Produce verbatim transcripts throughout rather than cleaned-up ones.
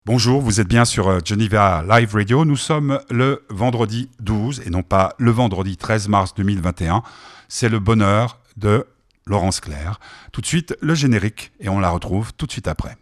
Bonjour, vous êtes bien sur Geneva Live Radio. Nous sommes le vendredi douze et non pas le vendredi treize mars deux mille vingt et un. C'est le bonheur de Laurence Clerc. Tout de suite, le générique et on la retrouve tout de suite après.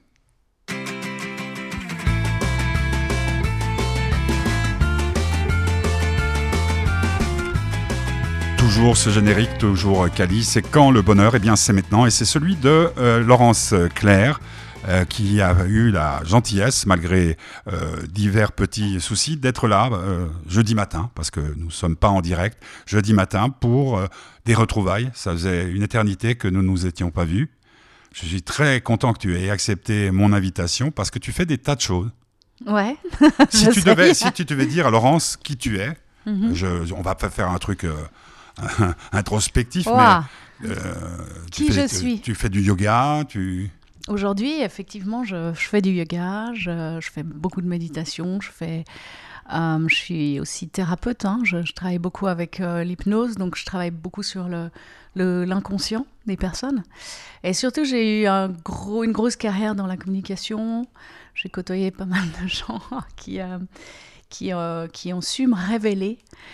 Toujours ce générique, toujours quali. C'est quand le bonheur? Eh bien, c'est maintenant et c'est celui de euh, Laurence Clerc. Euh, qui a eu la gentillesse, malgré euh, divers petits soucis, d'être là euh, jeudi matin, parce que nous ne sommes pas en direct, jeudi matin, pour euh, des retrouvailles. Ça faisait une éternité que nous ne nous étions pas vus. Je suis très content que tu aies accepté mon invitation, parce que tu fais des tas de choses. Ouais. si, tu devais, si tu devais dire à Laurence qui tu es, mm-hmm. je, on va pas faire un truc euh, introspectif, wow. mais... Euh, qui tu fais, je tu, suis Tu fais du yoga, tu... Aujourd'hui, effectivement, je, je fais du yoga, je, je fais beaucoup de méditation, je, fais, euh, je suis aussi thérapeute, hein, je, je travaille beaucoup avec euh, l'hypnose, donc je travaille beaucoup sur le, le, l'inconscient des personnes. Et surtout, j'ai eu un gros, une grosse carrière dans la communication, j'ai côtoyé pas mal de gens qui, euh, qui, euh, qui ont su me révéler.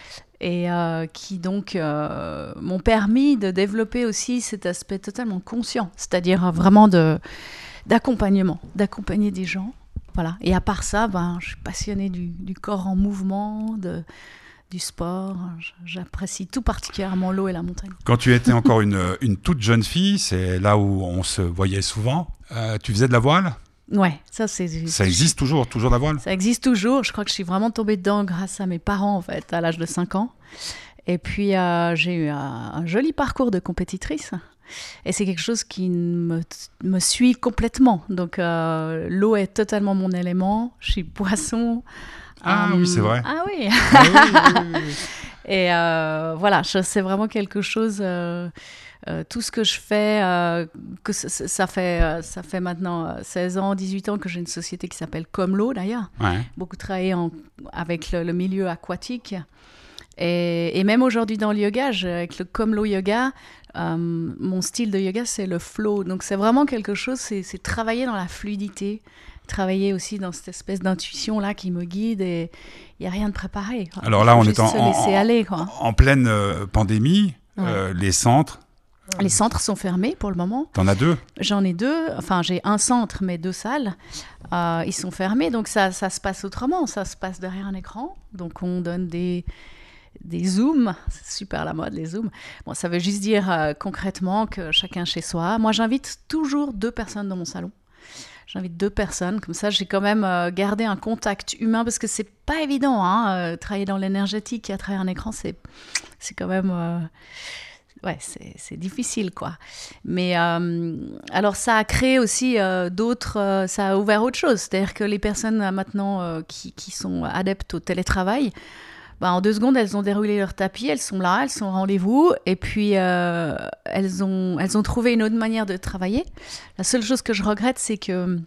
Et euh, qui donc euh, m'ont permis de développer aussi cet aspect totalement conscient, c'est-à-dire vraiment de, d'accompagnement, d'accompagner des gens. Voilà. Et à part ça, ben, je suis passionnée du, du corps en mouvement, de, du sport. J'apprécie tout particulièrement l'eau et la montagne. Quand tu étais encore une, une toute jeune fille, c'est là où on se voyait souvent, euh, tu faisais de la voile ? Ouais, ça c'est... Ça existe toujours, toujours la voile ? Ça existe toujours. Je crois que je suis vraiment tombée dedans grâce à mes parents, en fait, à l'âge de cinq ans. Et puis, euh, j'ai eu un, un joli parcours de compétitrice. Et c'est quelque chose qui me, me suit complètement. Donc, euh, l'eau est totalement mon élément. Je suis poisson. Ah euh, oui, c'est vrai. Ah oui. Ah, oui, oui, oui, oui. Et euh, voilà, je, c'est vraiment quelque chose... Euh, Euh, tout ce que je fais, euh, que c- c- ça, fait, euh, ça fait maintenant euh, seize ans, dix-huit ans que j'ai une société qui s'appelle Comme l'eau d'ailleurs. Ouais. Beaucoup travaillé en, avec le, le milieu aquatique. Et, et même aujourd'hui dans le yoga, je, avec le Comme l'eau yoga, euh, mon style de yoga c'est le flow. Donc c'est vraiment quelque chose, c'est, c'est travailler dans la fluidité, travailler aussi dans cette espèce d'intuition là qui me guide et il n'y a rien de préparé. Quoi. Alors là, on est en, se laisser en, aller, quoi. en pleine euh, pandémie, Ouais. euh, les centres. Les centres sont fermés pour le moment. T'en as deux ? J'en ai deux. Enfin, j'ai un centre, mais deux salles. Euh, ils sont fermés, donc ça, ça se passe autrement. Ça se passe derrière un écran. Donc, on donne des, des zooms. C'est super la mode, les zooms. Bon, ça veut juste dire euh, concrètement que chacun chez soi. Moi, j'invite toujours deux personnes dans mon salon. J'invite deux personnes. Comme ça, j'ai quand même euh, gardé un contact humain parce que c'est pas évident. Hein, euh, travailler dans l'énergétique à travers un écran, c'est, c'est quand même... Euh, Ouais, c'est, c'est difficile, quoi. Mais euh, alors, ça a créé aussi euh, d'autres... Euh, ça a ouvert autre chose. C'est-à-dire que les personnes, euh, maintenant, euh, qui, qui sont adeptes au télétravail, bah, en deux secondes, elles ont déroulé leur tapis, elles sont là, elles sont au rendez-vous, et puis euh, elles, ont, elles ont trouvé une autre manière de travailler. La seule chose que je regrette, c'est que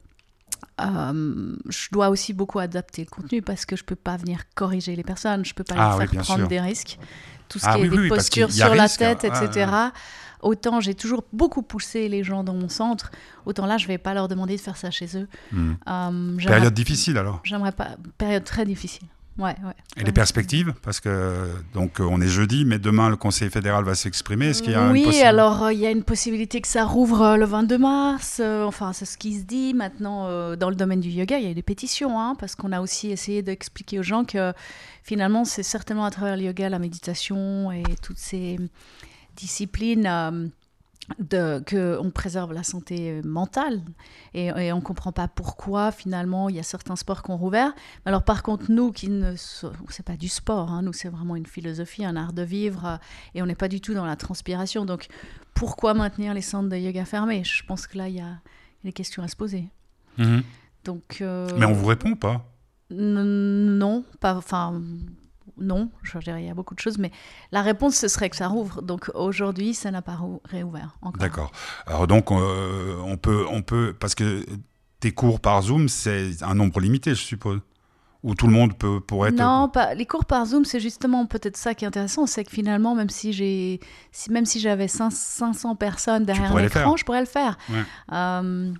euh, je dois aussi beaucoup adapter le contenu parce que je ne peux pas venir corriger les personnes, je ne peux pas Ah, leur oui, faire prendre sûr. des risques. Tout ce Ah, qui oui, est des oui, postures sur la risque, tête, hein. et cetera. Ah, ah. Autant j'ai toujours beaucoup poussé les gens dans mon centre, autant là, je ne vais pas leur demander de faire ça chez eux. Hmm. Euh, Période difficile, alors ? J'aimerais pas... Période très difficile. Ouais, ouais. Et les perspectives ? Parce que, donc, on est jeudi, mais demain, le Conseil fédéral va s'exprimer. Est-ce qu'il y a oui, une possibilité ? alors il euh, y a une possibilité que ça rouvre euh, le vingt-deux mars. Euh, enfin, c'est ce qui se dit maintenant euh, dans le domaine du yoga. Il y a eu des pétitions, hein, parce qu'on a aussi essayé d'expliquer aux gens que finalement, c'est certainement à travers le yoga, la méditation et toutes ces disciplines euh, de, qu'on préserve la santé mentale. Et, et on ne comprend pas pourquoi, finalement, il y a certains sports qui ont rouvert. Alors, par contre, nous, qui ne... c'est pas du sport, hein, nous, c'est vraiment une philosophie, un art de vivre, euh, et on n'est pas du tout dans la transpiration. Donc, pourquoi maintenir les centres de yoga fermés ? Je pense que là, il y a, il y a des questions à se poser. Mhm. Donc, euh, Mais on vous répond ou pas ? n- Non, pas... Enfin... Non, je dirais, il y a beaucoup de choses, mais la réponse, ce serait que ça rouvre. Donc aujourd'hui, ça n'a pas rou- réouvert encore. D'accord. Alors donc, euh, on peut, on peut, parce que tes cours par Zoom, c'est un nombre limité, je suppose, où tout le monde peut pourrait. Non, pas, les cours par Zoom, c'est justement peut-être ça qui est intéressant, c'est que finalement, même si j'ai, si, même si j'avais cinq cents personnes derrière pourrais les l'écran, faire. je pourrais le faire. Ouais. Euh,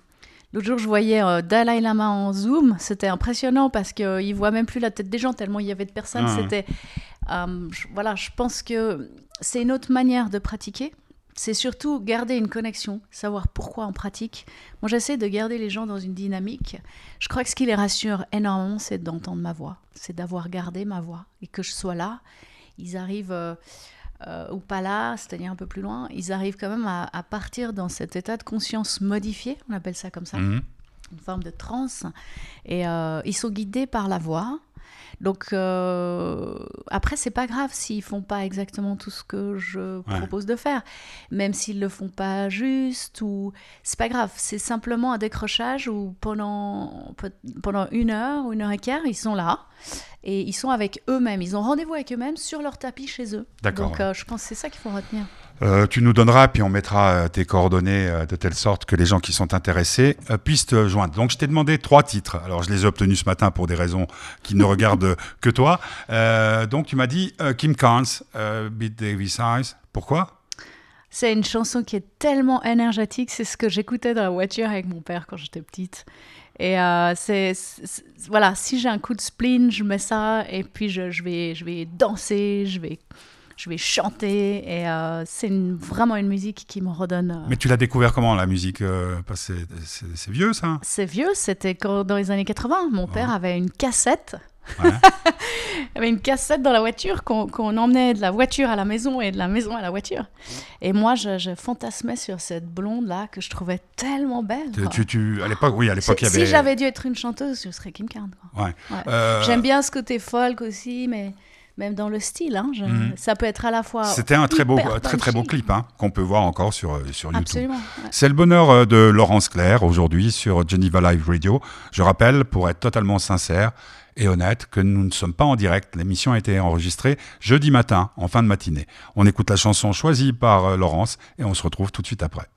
L'autre jour, je voyais euh, Dalai Lama en Zoom. C'était impressionnant parce qu'il ne voit même plus la tête des gens tellement il y avait de personnes. Ah, C'était, euh, je, voilà, je pense que c'est une autre manière de pratiquer. C'est surtout garder une connexion, savoir pourquoi on pratique. Moi, j'essaie de garder les gens dans une dynamique. Je crois que ce qui les rassure énormément, c'est d'entendre ma voix. C'est d'avoir gardé ma voix et que je sois là. Ils arrivent... Euh, Euh, ou pas là, c'est-à-dire un peu plus loin, ils arrivent quand même à, à partir dans cet état de conscience modifié, on appelle ça comme ça, mmh. une forme de transe, et euh, ils sont guidés par la voix. Donc euh, après, c'est pas grave s'ils font pas exactement tout ce que je Ouais. propose de faire, même s'ils le font pas juste, ou c'est pas grave, c'est simplement un décrochage où pendant, pendant une heure ou une heure et quart, ils sont là. Et ils sont avec eux-mêmes, ils ont rendez-vous avec eux-mêmes sur leur tapis chez eux. D'accord. Donc euh, je pense que c'est ça qu'il faut retenir. Euh, tu nous donneras, puis on mettra euh, tes coordonnées euh, de telle sorte que les gens qui sont intéressés euh, puissent te joindre. Donc je t'ai demandé trois titres. Alors je les ai obtenus ce matin pour des raisons qui ne regardent que toi. Euh, donc tu m'as dit euh, Kim Carnes, euh, Beat Davis Eyes. Pourquoi ? C'est une chanson qui est tellement énergétique. C'est ce que j'écoutais dans la voiture avec mon père quand j'étais petite. Et euh, c'est, c'est, voilà, si j'ai un coup de spleen, je mets ça et puis je, je, vais, je vais danser, je vais, je vais chanter. Et euh, c'est une, vraiment une musique qui me redonne... Euh... Mais tu l'as découvert comment, la musique euh, parce que c'est, c'est, c'est vieux, ça ? C'est vieux, c'était quand, dans les années quatre-vingts. Mon père ouais. avait une cassette. Ouais. Il y avait une cassette dans la voiture qu'on, qu'on emmenait de la voiture à la maison et de la maison à la voiture. Et moi, je, je fantasmais sur cette blonde-là que je trouvais tellement belle. Tu, tu, tu, à l'époque, oui, à l'époque, si, il y avait... Si j'avais dû être une chanteuse, je serais Kim Carnes. Quoi. Ouais. Ouais. Euh... J'aime bien ce côté folk aussi, mais même dans le style, hein, je... mm. ça peut être à la fois. C'était un très beau, très très beau clip hein, qu'on peut voir encore sur sur YouTube. Absolument. Ouais. C'est le bonheur de Laurence Clerc aujourd'hui sur Geneva Live Radio. Je rappelle, pour être totalement sincère et honnête, que nous ne sommes pas en direct. L'émission a été enregistrée jeudi matin, en fin de matinée. On écoute la chanson choisie par Laurence et on se retrouve tout de suite après.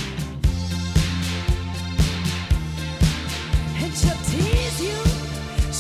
She'll tease you.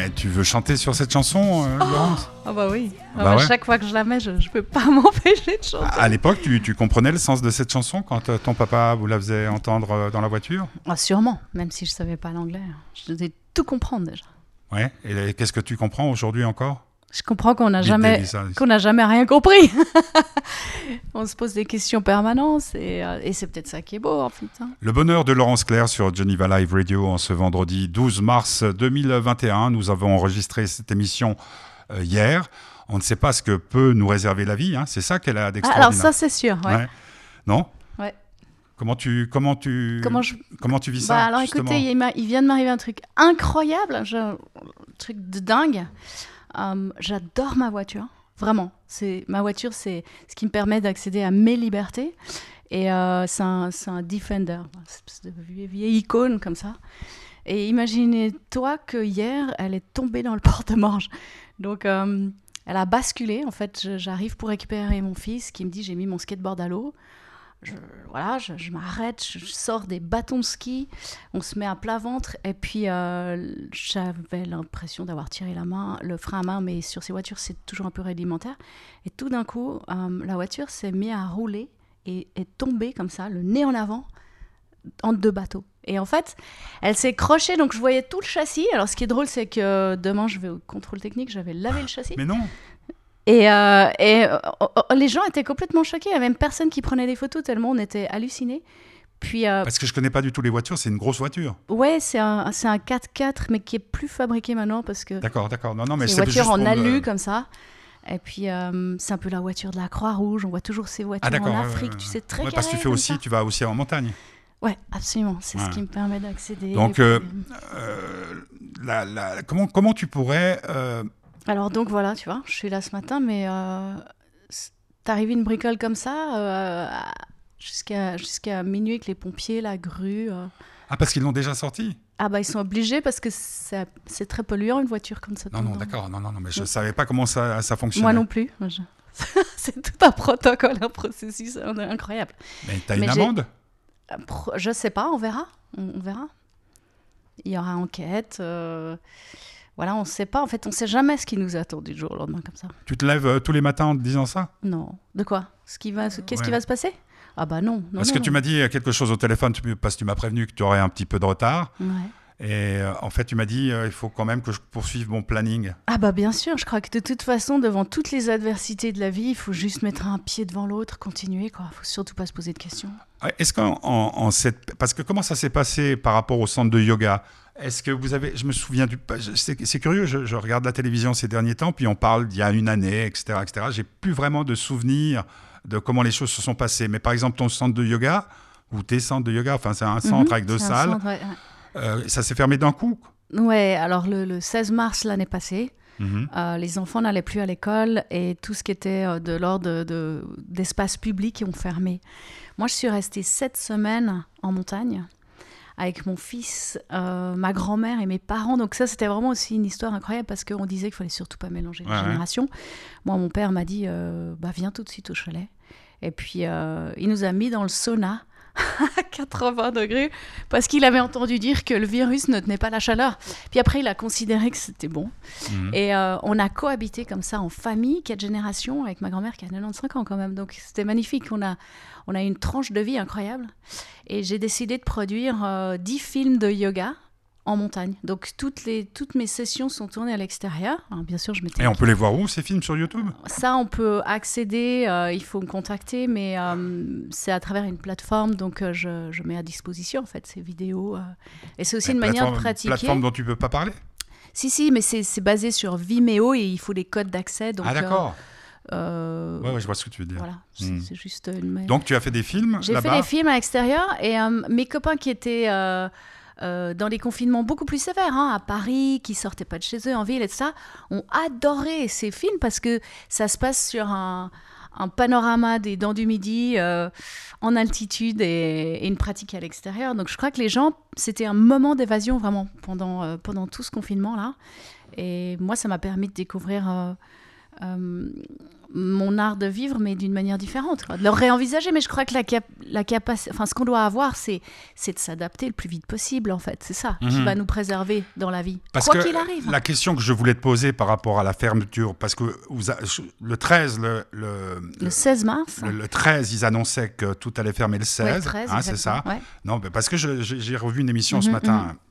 Mais tu veux chanter sur cette chanson, euh, oh Laurence? Ah bah oui. Bah Ah bah ouais. Chaque fois que je la mets, je ne peux pas m'empêcher de chanter. À l'époque, tu, tu comprenais le sens de cette chanson quand euh, ton papa vous la faisait entendre euh, dans la voiture? Ah, sûrement, même si je ne savais pas l'anglais. Je devais tout comprendre déjà. Ouais. Et qu'est-ce que tu comprends aujourd'hui encore? Je comprends qu'on n'a Vite, jamais, Lisa. qu'on n'a jamais rien compris. On se pose des questions permanentes et, euh, et c'est peut-être ça qui est beau en fait. Hein. Le bonheur de Laurence Clerc sur Geneva Live Radio en ce vendredi douze mars deux mille vingt et un. Nous avons enregistré cette émission euh, hier. On ne sait pas ce que peut nous réserver la vie. Hein. C'est ça qu'elle a Ah, d'extraordinaire. alors ça c'est sûr. Ouais. Ouais. Non? Ouais. Comment tu, comment tu, Comment, je... comment tu vis ça? bah, Alors justement écoutez, il, m'a... il vient de m'arriver un truc incroyable, je... un truc de dingue. Um, j'adore ma voiture, vraiment. C'est... Ma voiture, c'est ce qui me permet d'accéder à mes libertés. Et euh, c'est, un, c'est un Defender, une espèce de vieille, vieille icône comme ça. Et imaginez-toi que hier, elle est tombée dans le porte-manche. Donc, euh, elle a basculé. En fait, je, j'arrive pour récupérer mon fils qui me dit « J'ai mis mon skateboard à l'eau ». Je, voilà, je, je m'arrête, je, je sors des bâtons de ski, on se met à plat ventre et puis euh, j'avais l'impression d'avoir tiré la main, le frein à main, mais sur ces voitures c'est toujours un peu rudimentaire. Et tout d'un coup, euh, la voiture s'est mise à rouler et est tombée comme ça, le nez en avant, entre deux bateaux. Et en fait, elle s'est crochée, donc je voyais tout le châssis. Alors ce qui est drôle, c'est que demain je vais au contrôle technique, j'avais lavé le châssis. Mais non. Et, euh, et euh, les gens étaient complètement choqués. Il n'y avait même personne qui prenait des photos tellement on était hallucinés. Puis, euh, Parce que je connais pas du tout les voitures, c'est une grosse voiture. Ouais, c'est un, c'est un quatre-quatre, mais qui est plus fabriqué maintenant parce que D'accord, d'accord. Non, non, mais c'est c'est une voiture juste en pour alu me- comme ça. Et puis, euh, c'est un peu la voiture de la Croix-Rouge. On voit toujours ces voitures Ah d'accord. en ouais, Afrique, ouais, tu ouais. sais, très Ouais, carrées parce que tu fais comme aussi, ça. tu vas aussi en montagne. Ouais, absolument. C'est Ouais. ce qui me permet d'accéder. Donc, Et euh, puis, euh, la, la, comment, comment tu pourrais euh, Alors donc voilà, tu vois, je suis là ce matin, mais euh, c'est arrivé une bricole comme ça euh, jusqu'à, jusqu'à minuit avec les pompiers, la grue. euh. Ah, parce qu'ils l'ont déjà sorti? Ah bah ils sont obligés parce que c'est, c'est très polluant une voiture comme ça. Non, tombe non, dans- d'accord. Non, non, non, mais je Non. savais pas comment ça, ça fonctionnait. Moi non plus. Moi, je- c'est tout un protocole, un processus incroyable. Mais t'as Mais une j'ai- amende? Euh, pro- Je sais pas, on verra. On, on verra. Il y aura enquête. euh, Voilà, on ne sait pas. En fait, on ne sait jamais ce qui nous attend du jour au lendemain comme ça. Tu te lèves euh, tous les matins en te disant ça? Non. De quoi ce qui va, ce- Qu'est-ce Ouais. qui va se passer? Ah bah non. non Parce non, que tu non. m'as dit quelque chose au téléphone, tu- parce que tu m'as prévenu que tu aurais un petit peu de retard. Ouais. Et euh, en fait, tu m'as dit, euh, il faut quand même que je poursuive mon planning. Ah bah bien sûr, je crois que de toute façon, devant toutes les adversités de la vie, il faut juste mettre un pied devant l'autre, continuer, quoi. Il faut surtout pas se poser de questions. Ouais, Est-ce qu'en en, en cette... Parce que comment ça s'est passé par rapport au centre de yoga? Est-ce que vous avez... Je me souviens du... C'est, c'est curieux, je, je regarde la télévision ces derniers temps, puis on parle d'il y a une année, et cetera, et cetera. J'ai plus vraiment de souvenirs de comment les choses se sont passées. Mais par exemple, ton centre de yoga, ou tes centres de yoga, enfin c'est un centre Mhm, avec deux c'est un salles, centre, ouais, euh, ça s'est fermé d'un coup. ouais. Ouais, alors le, le seize mars l'année passée, Mhm. euh, les enfants n'allaient plus à l'école et tout ce qui était euh, de l'ordre de, de, d'espaces publics ont fermé. Moi, je suis restée sept semaines en montagne avec mon fils, euh, ma grand-mère et mes parents. Donc ça, c'était vraiment aussi une histoire incroyable parce qu'on disait qu'il fallait surtout pas mélanger les Ouais, ouais. générations. Moi, mon père m'a dit, euh, bah, viens tout de suite au chalet. Et puis, euh, il nous a mis dans le sauna à quatre-vingts degrés parce qu'il avait entendu dire que le virus ne tenait pas la chaleur. Puis après, il a considéré que c'était bon. Mhm. Et euh, on a cohabité comme ça en famille, quatre générations, avec ma grand-mère qui a quatre-vingt-quinze ans quand même. Donc c'était magnifique. On a, on a une tranche de vie incroyable. Et j'ai décidé de produire euh, dix films de yoga en montagne. Donc toutes, les, toutes mes sessions sont tournées à l'extérieur. Alors, bien sûr, je m'étais... Et on peut les voir où, ces films, sur YouTube? Ça, on peut accéder, euh, il faut me contacter, mais euh, c'est à travers une plateforme, donc euh, je, je mets à disposition en fait ces vidéos. euh. Et c'est aussi une manière de Plateforme- pratiquer. Plateforme dont tu peux pas parler? Si, si, mais c'est, c'est basé sur Vimeo et il faut des codes d'accès. Donc, Ah d'accord. euh, euh, Ouais, ouais, je vois ce que tu veux dire. Voilà, c'est, Hmm. c'est juste une manière. Donc tu as fait des films J'ai là-bas? fait des films à l'extérieur et euh, mes copains qui étaient euh, euh, dans les confinements beaucoup plus sévères, hein, à Paris, qui sortaient pas de chez eux en ville et tout ça, ont adoré ces films parce que ça se passe sur un, un panorama des Dents du Midi euh, en altitude et, et une pratique à l'extérieur. Donc je crois que les gens, c'était un moment d'évasion vraiment pendant, euh, pendant tout ce confinement-là. Et moi, ça m'a permis de découvrir... euh, euh, mon art de vivre, mais d'une manière différente, quoi. De le réenvisager. Mais je crois que la, cap- la capacité, enfin, ce qu'on doit avoir, c'est, c'est de s'adapter le plus vite possible, en fait. C'est ça mm-hmm. qui va nous préserver dans la vie, parce quoi que qu'il arrive. La question que je voulais te poser par rapport à la fermeture, parce que vous a, le treize, le, le, le seize mars, le, le treize, ils annonçaient que tout allait fermer le seize. Ouais, treize, hein, c'est ça. Ouais. Non, mais parce que je, j'ai, j'ai revu une émission mm-hmm, ce matin. Mm-hmm.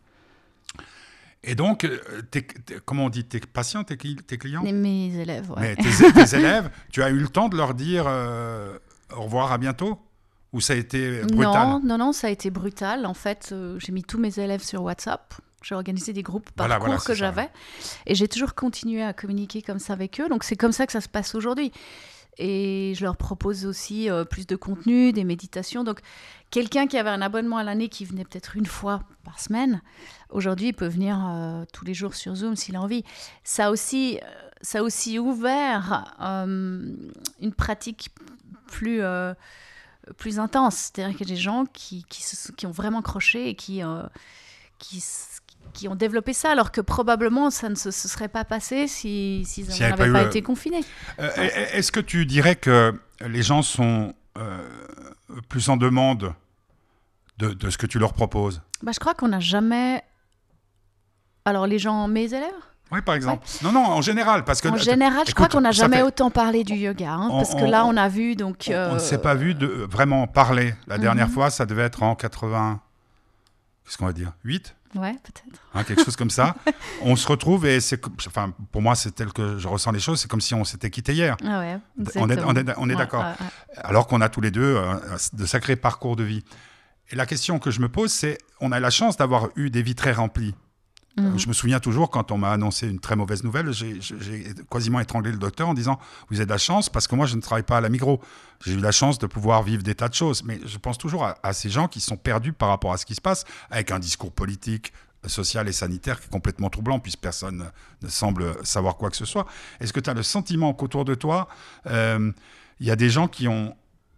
Et donc, t'es, t'es, comment on dit, tes patients, tes, tes clients ? Mes élèves, ouais. Mais tes, tes élèves, tu as eu le temps de leur dire euh, au revoir, à bientôt ? Ou ça a été brutal ? Non, non, non, ça a été brutal. En fait, euh, j'ai mis tous mes élèves sur WhatsApp. J'ai organisé des groupes par voilà, cours voilà, que ça, j'avais. Ouais. Et j'ai toujours continué à communiquer comme ça avec eux. Donc, c'est comme ça que ça se passe aujourd'hui. Et je leur propose aussi euh, plus de contenu, des méditations. Donc, quelqu'un qui avait un abonnement à l'année qui venait peut-être une fois par semaine, aujourd'hui, il peut venir euh, tous les jours sur Zoom s'il a envie. Ça a aussi, ça a aussi ouvert euh, une pratique plus, euh, plus intense. C'est-à-dire qu'il y a des gens qui, qui, se, qui ont vraiment croché et qui, euh, qui, qui ont développé ça, alors que probablement ça ne se, se serait pas passé si, si, si on n'avait pas, pas eu... été confinés. Euh, est-ce que tu dirais que les gens sont euh, plus en demande de, de ce que tu leur proposes ? Bah, je crois qu'on n'a jamais... Alors les gens, mes élèves ? Oui, par exemple. Ouais. Non, non, en général. Parce que, en général, je écoute, crois qu'on n'a jamais fait... autant parlé du yoga. Hein, on, parce que là, on a vu... donc. On, euh... on ne s'est pas vu de, vraiment parler. La mm-hmm. dernière fois, ça devait être en quatre-vingts... Qu'est-ce qu'on va dire ? huit ? Ouais, peut-être. Hein, quelque chose comme ça. On se retrouve et c'est... Enfin, pour moi, c'est tel que je ressens les choses. C'est comme si on s'était quitté hier. Ah ouais, on est, on est, on est ouais, d'accord. Ouais, ouais. Alors qu'on a tous les deux euh, de sacrés parcours de vie. Et la question que je me pose, c'est... On a la chance d'avoir eu des vies très remplies. Mmh. Je me souviens toujours, quand on m'a annoncé une très mauvaise nouvelle, j'ai, j'ai quasiment étranglé le docteur en disant « Vous avez de la chance parce que moi, je ne travaille pas à la Migros. J'ai eu la chance de pouvoir vivre des tas de choses. » Mais je pense toujours à, à ces gens qui sont perdus par rapport à ce qui se passe, avec un discours politique, social et sanitaire qui est complètement troublant, puisque personne ne semble savoir quoi que ce soit. Est-ce que tu as le sentiment qu'autour de toi, il euh, y a des gens qui ont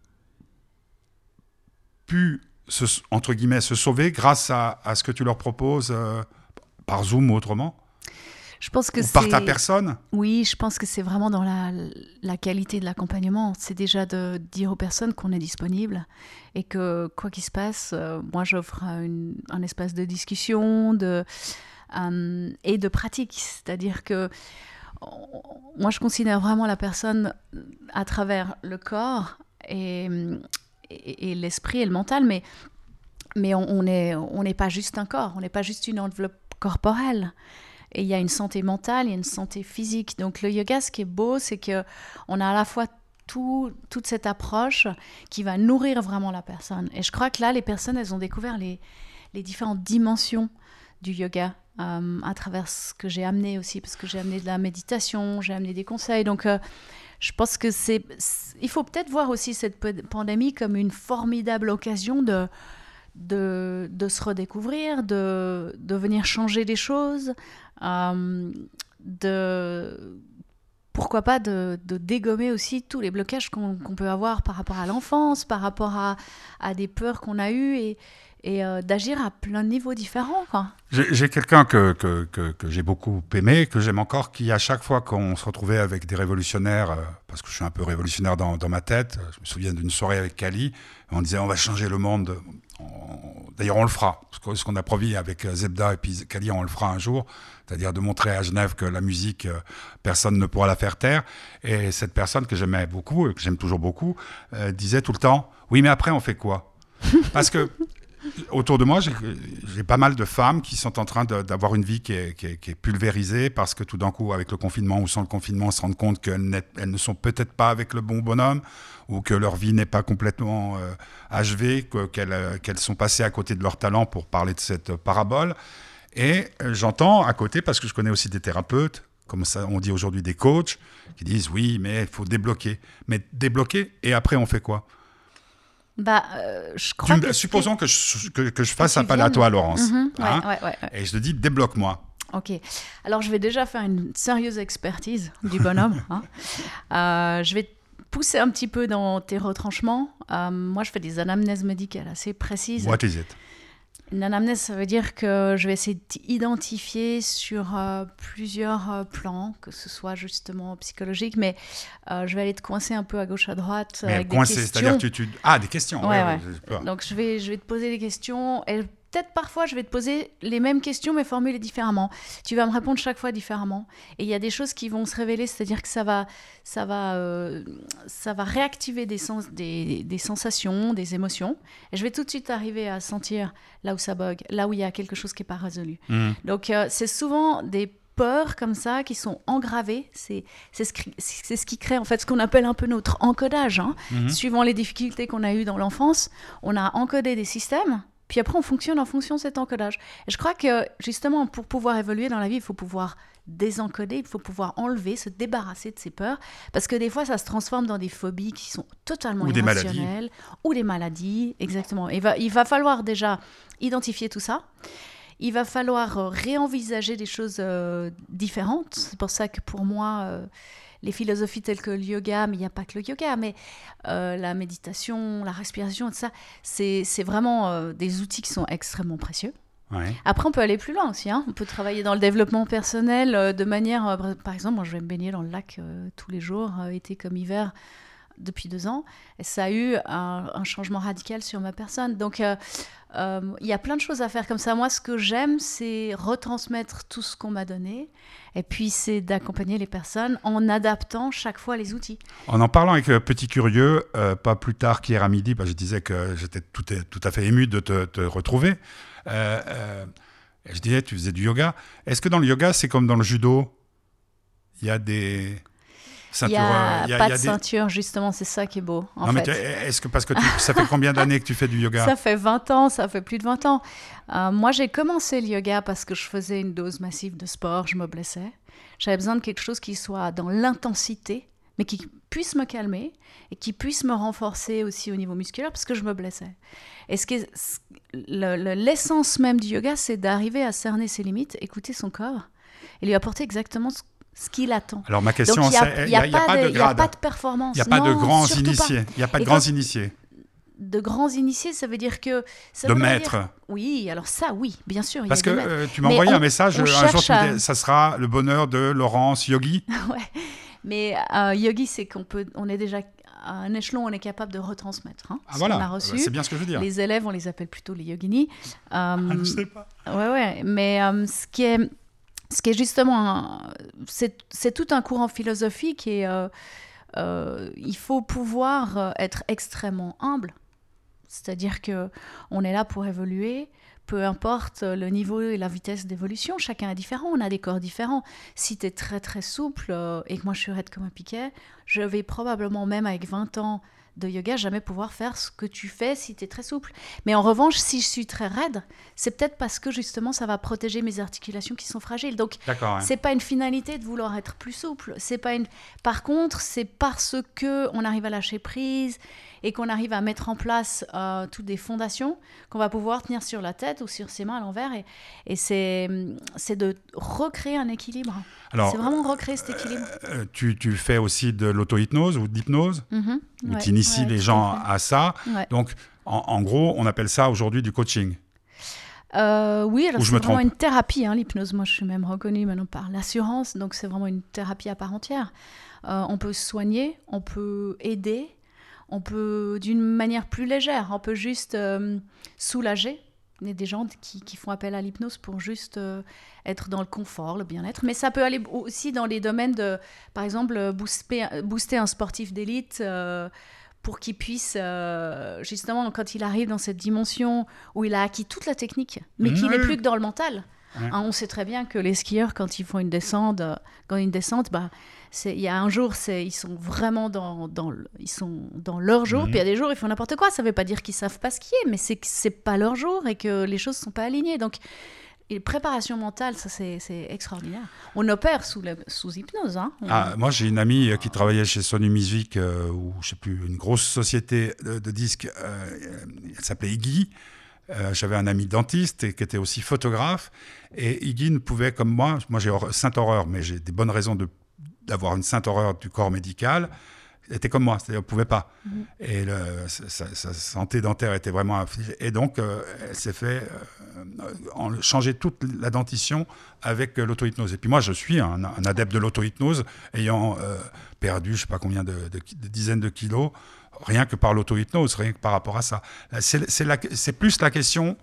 pu, se, entre guillemets, se sauver grâce à, à ce que tu leur proposes euh, par Zoom ou autrement ? Je pense que ou c'est... par ta personne ? Oui, je pense que c'est vraiment dans la, la qualité de l'accompagnement. C'est déjà de dire aux personnes qu'on est disponible et que quoi qu'il se passe, euh, moi j'offre une, un espace de discussion de, euh, et de pratique. C'est-à-dire que on, moi je considère vraiment la personne à travers le corps et, et, et l'esprit et le mental, mais, mais on n'est on n'est pas juste un corps, on n'est pas juste une enveloppe corporelle. Et il y a une santé mentale, il y a une santé physique. Donc le yoga, ce qui est beau, c'est qu'on a à la fois tout, toute cette approche qui va nourrir vraiment la personne. Et je crois que là, les personnes, elles ont découvert les, les différentes dimensions du yoga euh, à travers ce que j'ai amené aussi, parce que j'ai amené de la méditation, j'ai amené des conseils. Donc euh, je pense que c'est, c'est... Il faut peut-être voir aussi cette pandémie comme une formidable occasion de... De, de se redécouvrir, de, de venir changer des choses, euh, de, pourquoi pas de, de dégommer aussi tous les blocages qu'on, qu'on peut avoir par rapport à l'enfance, par rapport à, à des peurs qu'on a eues et, et euh, d'agir à plein de niveaux différents, quoi. J'ai, j'ai quelqu'un que, que, que, que j'ai beaucoup aimé, que j'aime encore, qui à chaque fois qu'on se retrouvait avec des révolutionnaires, euh, parce que je suis un peu révolutionnaire dans, dans ma tête, je me souviens d'une soirée avec Kali, on disait on va changer le monde. D'ailleurs, on le fera. Ce qu'on a promis avec Zebda et puis Kali, on le fera un jour. C'est-à-dire de montrer à Genève que la musique, personne ne pourra la faire taire. Et cette personne que j'aimais beaucoup, et que j'aime toujours beaucoup, euh, disait tout le temps « Oui, mais après, on fait quoi ?» Parce que autour de moi, j'ai, j'ai pas mal de femmes qui sont en train de, d'avoir une vie qui est, qui, est, qui est pulvérisée parce que tout d'un coup, avec le confinement ou sans le confinement, elles se rendent compte qu'elles elles ne sont peut-être pas avec le bon bonhomme ou que leur vie n'est pas complètement euh, achevée, que, qu'elles, qu'elles sont passées à côté de leur talent pour parler de cette parabole. Et euh, j'entends à côté, parce que je connais aussi des thérapeutes, comme ça on dit aujourd'hui des coachs, qui disent « Oui, mais il faut débloquer. » Mais débloquer, et après on fait quoi ? Bah, euh, je crois tu, que supposons que je, que, que je fasse appel à toi, Laurence. Mmh, hein, ouais, ouais, ouais, ouais. Et je te dis, débloque-moi. Ok. Alors, je vais déjà faire une sérieuse expertise du bonhomme. hein. euh, je vais te pousser un petit peu dans tes retranchements. Euh, moi, je fais des anamnèses médicales assez précises. What is it? Une anamnèse, ça veut dire que je vais essayer d'identifier sur euh, plusieurs euh, plans, que ce soit justement psychologique, mais euh, je vais aller te coincer un peu à gauche, à droite mais avec coincer, des questions. c'est-à-dire que tu, tu... Ah, des questions, ouais, ouais, ouais. Ouais. Donc je vais, je vais te poser des questions, et peut-être parfois je vais te poser les mêmes questions, mais formulées différemment. Tu vas me répondre chaque fois différemment. Et il y a des choses qui vont se révéler, c'est-à-dire que ça va, ça va, euh, ça va réactiver des, sens, des, des sensations, des émotions. Et je vais tout de suite arriver à sentir là où ça bug, là où il y a quelque chose qui n'est pas résolu. Mmh. Donc euh, c'est souvent des peurs comme ça qui sont engravées. C'est, c'est, ce, qui, c'est ce qui crée en fait ce qu'on appelle un peu notre encodage. Hein. Mmh. Suivant les difficultés qu'on a eues dans l'enfance, on a encodé des systèmes. Puis après, on fonctionne en fonction de cet encodage. Et je crois que, justement, pour pouvoir évoluer dans la vie, il faut pouvoir désencoder, il faut pouvoir enlever, se débarrasser de ces peurs. Parce que des fois, ça se transforme dans des phobies qui sont totalement ou irrationnelles. Des maladies. Ou des maladies, exactement. Il va, il va falloir déjà identifier tout ça. Il va falloir réenvisager des choses euh, différentes. C'est pour ça que, pour moi... Euh, les philosophies telles que le yoga, mais il n'y a pas que le yoga, mais euh, la méditation, la respiration, tout ça, c'est, c'est vraiment euh, des outils qui sont extrêmement précieux. Ouais. Après, on peut aller plus loin aussi. Hein. On peut travailler dans le développement personnel euh, de manière... Euh, par exemple, moi, je vais me baigner dans le lac euh, tous les jours, euh, été comme hiver, depuis deux ans. Et ça a eu un, un changement radical sur ma personne. Donc, il euh, euh, y a plein de choses à faire comme ça. Moi, ce que j'aime, c'est retransmettre tout ce qu'on m'a donné. Et puis, c'est d'accompagner les personnes en adaptant chaque fois les outils. En en parlant avec euh, Petit Curieux, euh, pas plus tard qu'hier à midi, bah, je disais que j'étais tout, tout à fait ému de te, te retrouver. Euh, euh, je disais, tu faisais du yoga. Est-ce que dans le yoga, c'est comme dans le judo ? Il y a des... Il n'y a, a pas de des... ceinture, justement, c'est ça qui est beau. En non, fait. mais est-ce que, parce que tu, ça fait combien d'années que tu fais du yoga ? Ça fait vingt ans, ça fait plus de vingt ans. Euh, moi, j'ai commencé le yoga parce que je faisais une dose massive de sport, je me blessais. J'avais besoin de quelque chose qui soit dans l'intensité, mais qui puisse me calmer et qui puisse me renforcer aussi au niveau musculaire parce que je me blessais. Et ce qui est, le, le, l'essence même du yoga, c'est d'arriver à cerner ses limites, écouter son corps et lui apporter exactement ce ce qu'il attend. Alors ma question, c'est, il n'y a, a, a, a pas de grade. Il n'y a pas de performance. Il n'y a pas non, de grands initiés. Il n'y a pas de grands quand, initiés. De grands initiés, ça veut dire que... Ça de maître. Dire, oui, alors ça, oui, bien sûr. Parce il y a que euh, tu m'as envoyé on, un message, un jour tu à... me disais, ça sera le bonheur de Laurence Yogi. Ouais, mais euh, Yogi, c'est qu'on peut, on est déjà à un échelon, on est capable de retransmettre. Hein, ah voilà, qu'on a reçu. C'est bien ce que je veux dire. Les élèves, on les appelle plutôt les yoginis. Euh, ah, je ne sais pas. Ouais, ouais, mais euh, ce qui est... Ce qui est justement, un, c'est, c'est tout un courant philosophique et euh, euh, il faut pouvoir être extrêmement humble. C'est-à-dire qu'on est là pour évoluer, peu importe le niveau et la vitesse d'évolution, chacun est différent, on a des corps différents. Si tu es très très souple euh, et que moi je suis raide comme un piquet, je vais probablement même avec vingt ans de yoga jamais pouvoir faire ce que tu fais si tu es très souple. Mais en revanche, si je suis très raide, c'est peut-être parce que justement ça va protéger mes articulations qui sont fragiles. Donc D'accord, ouais. c'est pas une finalité de vouloir être plus souple. C'est pas une... Par contre, c'est parce qu'on arrive à lâcher prise et qu'on arrive à mettre en place euh, toutes des fondations qu'on va pouvoir tenir sur la tête ou sur ses mains à l'envers. Et, et c'est, c'est de recréer un équilibre. Alors, c'est vraiment recréer cet équilibre. Euh, tu, tu fais aussi de l'auto-hypnose ou de l'hypnose, mm-hmm. où ouais, tu inities ouais, les gens à ça. Ouais. Donc, en, en gros, on appelle ça aujourd'hui du coaching. Euh, oui, alors Ou c'est je me vraiment trompe. une thérapie, hein, l'hypnose. Moi, je suis même reconnue maintenant par l'assurance, donc c'est vraiment une thérapie à part entière. Euh, on peut soigner, on peut aider, on peut, d'une manière plus légère, on peut juste euh, soulager. Il y a des gens qui, qui font appel à l'hypnose pour juste euh, être dans le confort, le bien-être. Mais ça peut aller aussi dans les domaines de, par exemple, booster, booster un sportif d'élite euh, pour qu'il puisse, euh, justement, quand il arrive dans cette dimension où il a acquis toute la technique, mais mmh, qu'il n'est oui. plus que dans le mental. Ouais. Hein, on sait très bien que les skieurs, quand ils font une descente, quand une descente, bah, il y a un jour, c'est, ils sont vraiment dans, dans, ils sont dans leur jour, mmh. puis il y a des jours, ils font n'importe quoi. Ça ne veut pas dire qu'ils ne savent pas skier, mais c'est que ce n'est pas leur jour et que les choses ne sont pas alignées. Donc, et préparation mentale, ça c'est, c'est extraordinaire. On opère sous, la, sous hypnose. Hein. On... Ah, moi, j'ai une amie qui travaillait chez Sony Music, euh, ou je ne sais plus, une grosse société de, de disques, euh, elle s'appelait Iggy. Euh, j'avais un ami dentiste et qui était aussi photographe. Et Iggy ne pouvait, comme moi, moi j'ai sainte horreur, mais j'ai des bonnes raisons de, d'avoir une sainte horreur du corps médical, était comme moi, c'est-à-dire ne pouvait pas. Mmh. Et le, sa, sa santé dentaire était vraiment affligée. Et donc, euh, elle s'est fait euh, en, changer toute la dentition avec euh, l'auto-hypnose. Et puis moi, je suis un, un adepte de l'auto-hypnose, ayant euh, perdu je ne sais pas combien de, de, de dizaines de kilos, rien que par l'auto-hypnose, rien que par rapport à ça. C'est, c'est, la, c'est plus la question,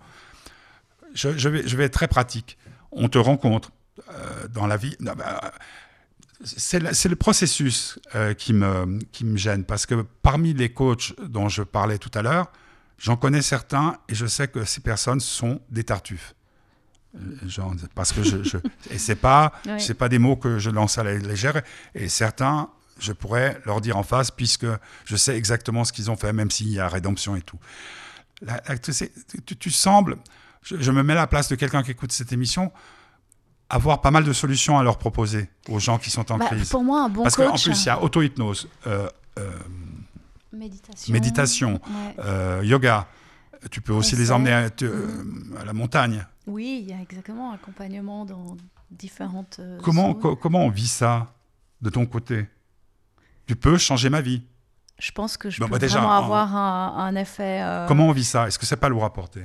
je, je, vais, je vais être très pratique. On te rencontre euh, dans la vie... Non, bah, C'est le, c'est le processus euh, qui, me, qui me gêne, parce que parmi les coachs dont je parlais tout à l'heure, j'en connais certains et je sais que ces personnes sont des tartuffes. Genre, parce que je, je et c'est pas, oui. c'est pas des mots que je lance à la légère, et certains, je pourrais leur dire en face, puisque je sais exactement ce qu'ils ont fait, même s'il y a rédemption et tout. La, la, tu, tu, tu sembles, je, je me mets à la place de quelqu'un qui écoute cette émission, avoir pas mal de solutions à leur proposer aux gens qui sont en bah, crise. Pour moi, un bon Parce coach... Parce qu'en plus, il y a auto-hypnose, euh, euh, méditation, méditation ouais. euh, yoga. Tu peux aussi Conseil. les emmener à, te, mmh. à la montagne. Oui, il y a exactement un accompagnement dans différentes euh, comment, co- comment on vit ça de ton côté? Tu peux changer ma vie. Je pense que je bon, peux bah déjà, vraiment en... avoir un, un effet... Euh... Comment on vit ça? Est-ce que c'est pas lourd à porter?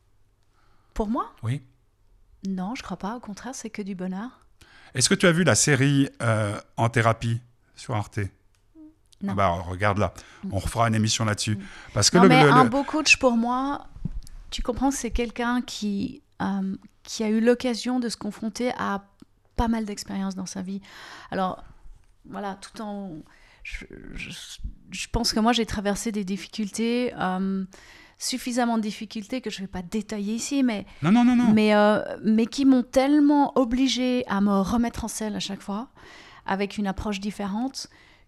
Pour moi? Oui. Non, je crois pas. Au contraire, c'est que du bonheur. Est-ce que tu as vu la série euh, En thérapie sur Arte? Non. Ah bah, regarde là. On refera une émission là-dessus. Mm. Parce que non, le, mais le, un le... beau coach, pour moi, tu comprends, c'est quelqu'un qui, euh, qui a eu l'occasion de se confronter à pas mal d'expériences dans sa vie. Alors, voilà, tout en... Je, je, je pense que moi, j'ai traversé des difficultés... Euh, suffisamment de difficultés que je ne vais pas détailler ici, mais, non, non, non, non. mais, euh, mais qui m'ont tellement obligée à me remettre en selle à chaque fois, avec une approche différente,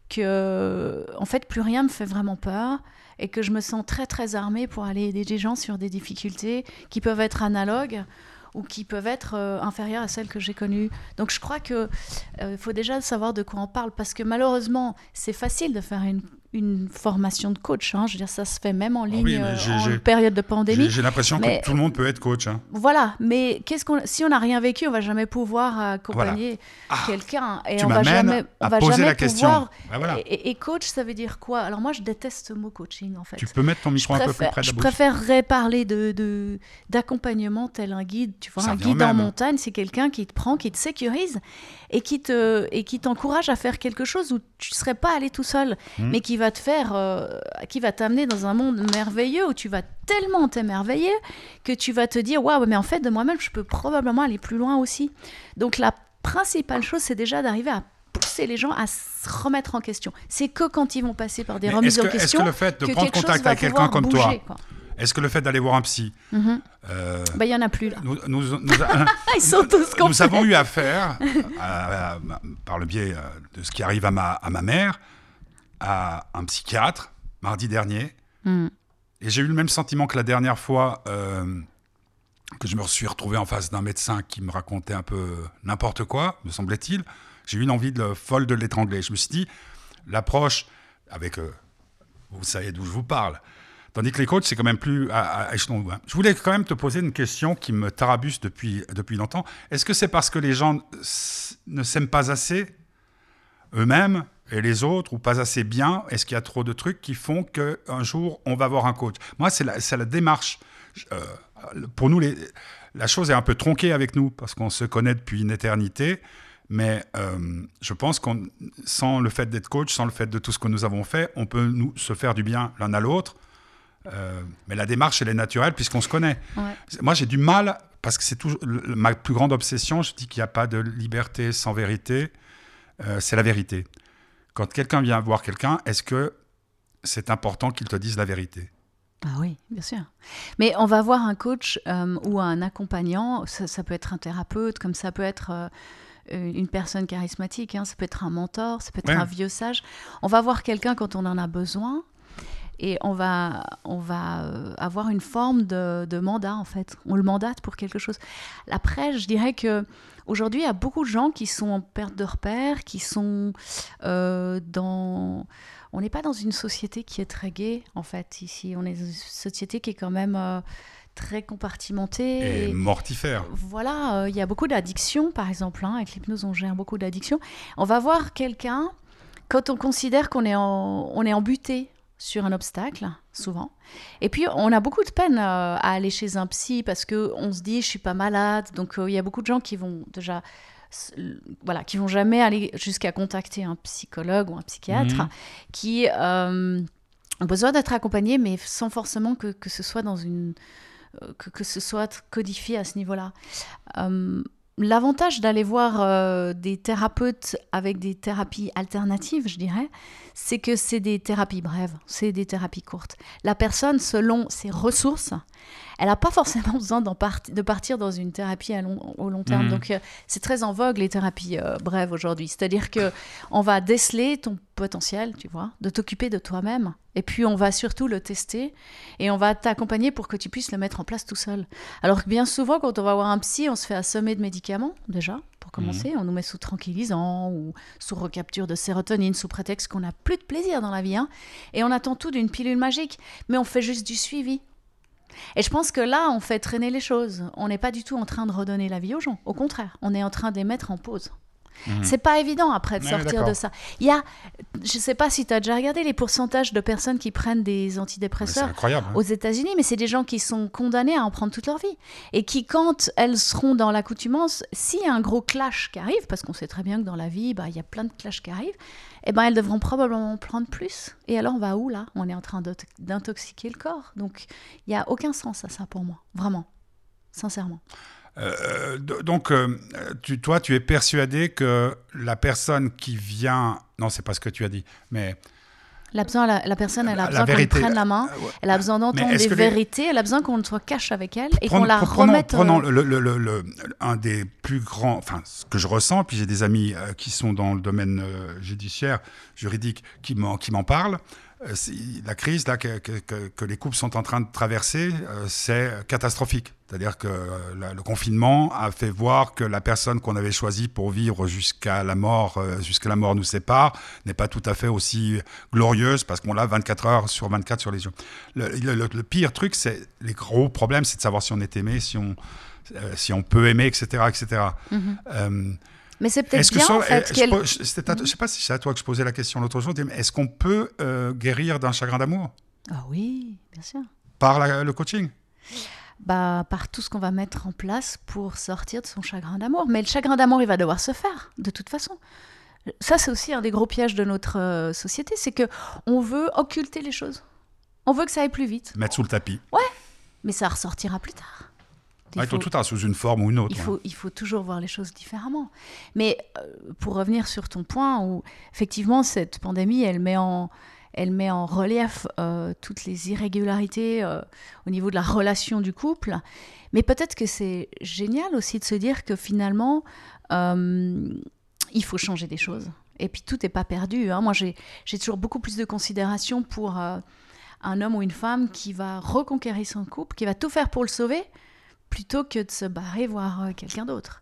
que en fait, plus rien me fait vraiment peur, et que je me sens très, très armée pour aller aider des gens sur des difficultés qui peuvent être analogues ou qui peuvent être euh, inférieures à celles que j'ai connues. Donc je crois qu'il euh, faut déjà savoir de quoi on parle, parce que malheureusement, c'est facile de faire une une formation de coach, hein. Je veux dire, ça se fait même en ligne, oh oui, euh, j'ai, en j'ai, période de pandémie. J'ai, j'ai l'impression mais, que tout le monde peut être coach. Hein. Voilà, mais qu'est-ce qu'on, si on n'a rien vécu, on va jamais pouvoir accompagner voilà. ah, quelqu'un, et on va jamais, on va jamais pouvoir. Ben voilà. et, et coach, ça veut dire quoi? Alors moi, je déteste ce mot coaching, en fait. Tu peux mettre ton micro préfère, un peu plus près de la je bouche. Je préférerais parler de, de d'accompagnement tel un guide. Tu vois, ça un guide en montagne, c'est quelqu'un qui te prend, qui te sécurise et qui te et qui t'encourage à faire quelque chose où tu serais pas allé tout seul, mmh. mais qui va te faire euh, qui va t'amener dans un monde merveilleux où tu vas tellement t'émerveiller que tu vas te dire waouh, mais en fait de moi-même je peux probablement aller plus loin aussi. Donc la principale chose, c'est déjà d'arriver à pousser les gens à se remettre en question. C'est que quand ils vont passer par des mais remises que, en question est-ce que le fait de que prendre contact avec quelqu'un comme bouger, toi quoi. Est-ce que le fait d'aller voir un psy, mm-hmm. euh, bah, il y en a plus là. Nous, nous, nous, a, Ils sont tous complets. Nous avons eu affaire, à, à, à, par le biais de ce qui arrive à ma, à ma mère, à un psychiatre mardi dernier, mm. et j'ai eu le même sentiment que la dernière fois euh, que je me suis retrouvé en face d'un médecin qui me racontait un peu n'importe quoi, me semblait-il. J'ai eu une envie de, folle de l'étrangler. Je me suis dit, l'approche avec, euh, vous savez d'où je vous parle. Tandis que les coachs, c'est quand même plus à, à échelon. Hein. Je voulais quand même te poser une question qui me tarabuse depuis, depuis longtemps. Est-ce que c'est parce que les gens s- ne s'aiment pas assez, eux-mêmes et les autres, ou pas assez bien? Est-ce qu'il y a trop de trucs qui font qu'un jour, on va voir un coach? Moi, c'est la, c'est la démarche. Euh, pour nous, les, la chose est un peu tronquée avec nous, parce qu'on se connaît depuis une éternité. Mais euh, je pense que sans le fait d'être coach, sans le fait de tout ce que nous avons fait, on peut nous, se faire du bien l'un à l'autre. Euh, mais la démarche, elle est naturelle puisqu'on se connaît. Ouais. Moi, j'ai du mal, parce que c'est toujours ma plus grande obsession, je dis qu'il n'y a pas de liberté sans vérité, euh, c'est la vérité. Quand quelqu'un vient voir quelqu'un, est-ce que c'est important qu'il te dise la vérité? Ah oui, bien sûr. Mais on va voir un coach euh, ou un accompagnant, ça, ça peut être un thérapeute, comme ça peut être... Euh, une personne charismatique, hein, ça peut être un mentor, ça peut être ouais. un vieux sage. On va voir quelqu'un quand on en a besoin, et on va, on va euh, avoir une forme de, de mandat, en fait. On le mandate pour quelque chose. Après, je dirais qu'aujourd'hui, il y a beaucoup de gens qui sont en perte de repères, qui sont euh, dans... On n'est pas dans une société qui est très gaie, en fait, ici. On est dans une société qui est quand même... Euh, très compartimenté. Et, et mortifère. Voilà, il euh, y a beaucoup d'addictions, par exemple. Hein, avec l'hypnose, on gère beaucoup d'addictions. On va voir quelqu'un quand on considère qu'on est, en, on est embuté sur un obstacle, souvent, et puis on a beaucoup de peine euh, à aller chez un psy parce qu'on se dit, je suis pas malade, donc il euh, y a beaucoup de gens qui vont déjà... Voilà, qui vont jamais aller jusqu'à contacter un psychologue ou un psychiatre, mmh. qui euh, ont besoin d'être accompagnés, mais sans forcément que, que ce soit dans une euh, que, que ce soit codifié à ce niveau-là. Euh, l'avantage d'aller voir euh, des thérapeutes avec des thérapies alternatives, je dirais, c'est que c'est des thérapies brèves, c'est des thérapies courtes. La personne, selon ses ressources, elle n'a pas forcément besoin d'en part- de partir dans une thérapie à long, au long terme. Mmh. Donc, euh, c'est très en vogue, les thérapies euh, brèves aujourd'hui. C'est-à-dire qu'on va déceler ton potentiel, tu vois, de t'occuper de toi-même. Et puis, on va surtout le tester et on va t'accompagner pour que tu puisses le mettre en place tout seul. Alors que bien souvent, quand on va voir un psy, on se fait assommer de médicaments, déjà, pour commencer. Mmh. On nous met sous tranquillisant ou sous recapture de sérotonine, sous prétexte qu'on n'a plus de plaisir dans la vie. Hein, et on attend tout d'une pilule magique. Mais on fait juste du suivi. Et je pense que là, on fait traîner les choses. On n'est pas du tout en train de redonner la vie aux gens. Au contraire, on est en train de les mettre en pause. Mmh. C'est pas évident après de ouais, sortir d'accord. de ça. Il y a, je sais pas si tu as déjà regardé les pourcentages de personnes qui prennent des antidépresseurs hein. aux États-Unis, mais c'est des gens qui sont condamnés à en prendre toute leur vie et qui, quand elles seront dans l'accoutumance, s'il y a un gros clash qui arrive, parce qu'on sait très bien que dans la vie, bah, il y a plein de clashs qui arrivent, eh ben, elles devront probablement en prendre plus. Et alors, on va où là ? On est en train d'intoxiquer le corps. Donc, il n'y a aucun sens à ça pour moi, vraiment, sincèrement. Euh, donc, euh, tu, toi, tu es persuadé que la personne qui vient... Non, c'est pas ce que tu as dit, mais... La, besoin, la, la personne, elle a besoin qu'on lui prenne la main, euh, ouais. Elle a besoin d'entendre des vérités, les... elle a besoin qu'on soit cash avec elle et prenons, qu'on la prenons, remette... Prenons euh... le, le, le, le, un des plus grands... Enfin, ce que je ressens, puis j'ai des amis euh, qui sont dans le domaine euh, judiciaire, juridique, qui m'en, qui m'en parlent. Euh, la crise là, que, que, que, que les couples sont en train de traverser, euh, c'est catastrophique. C'est-à-dire que euh, la, le confinement a fait voir que la personne qu'on avait choisie pour vivre jusqu'à la mort, euh, jusqu'à la mort nous sépare, n'est pas tout à fait aussi glorieuse parce qu'on l'a vingt-quatre heures sur vingt-quatre sur les yeux. Le, le, le, le pire truc, c'est les gros problèmes, c'est de savoir si on est aimé, si on, euh, si on peut aimer, et cetera, et cetera. Mm-hmm. Euh, Mais c'est peut-être bien, ça, en fait. Je ne sais pas si c'est à toi que je posais la question l'autre jour. Est-ce qu'on peut euh, guérir d'un chagrin d'amour ? Ah oui, bien sûr. Par la, le coaching ? Bah, par tout ce qu'on va mettre en place pour sortir de son chagrin d'amour. Mais le chagrin d'amour, il va devoir se faire, de toute façon. Ça, c'est aussi un des gros pièges de notre euh, société, c'est qu'on veut occulter les choses. On veut que ça aille plus vite. Mettre sous le tapis. Ouais, mais ça ressortira plus tard. Il ouais, faut, tout à sous une forme ou une autre. Il faut, ouais. il faut toujours voir les choses différemment. Mais euh, pour revenir sur ton point, où effectivement cette pandémie, elle met en, elle met en relief euh, toutes les irrégularités euh, au niveau de la relation du couple. Mais peut-être que c'est génial aussi de se dire que finalement, euh, il faut changer des choses. Et puis tout n'est pas perdu. Hein. Moi, j'ai, j'ai toujours beaucoup plus de considération pour euh, un homme ou une femme qui va reconquérir son couple, qui va tout faire pour le sauver, plutôt que de se barrer voir euh, quelqu'un d'autre.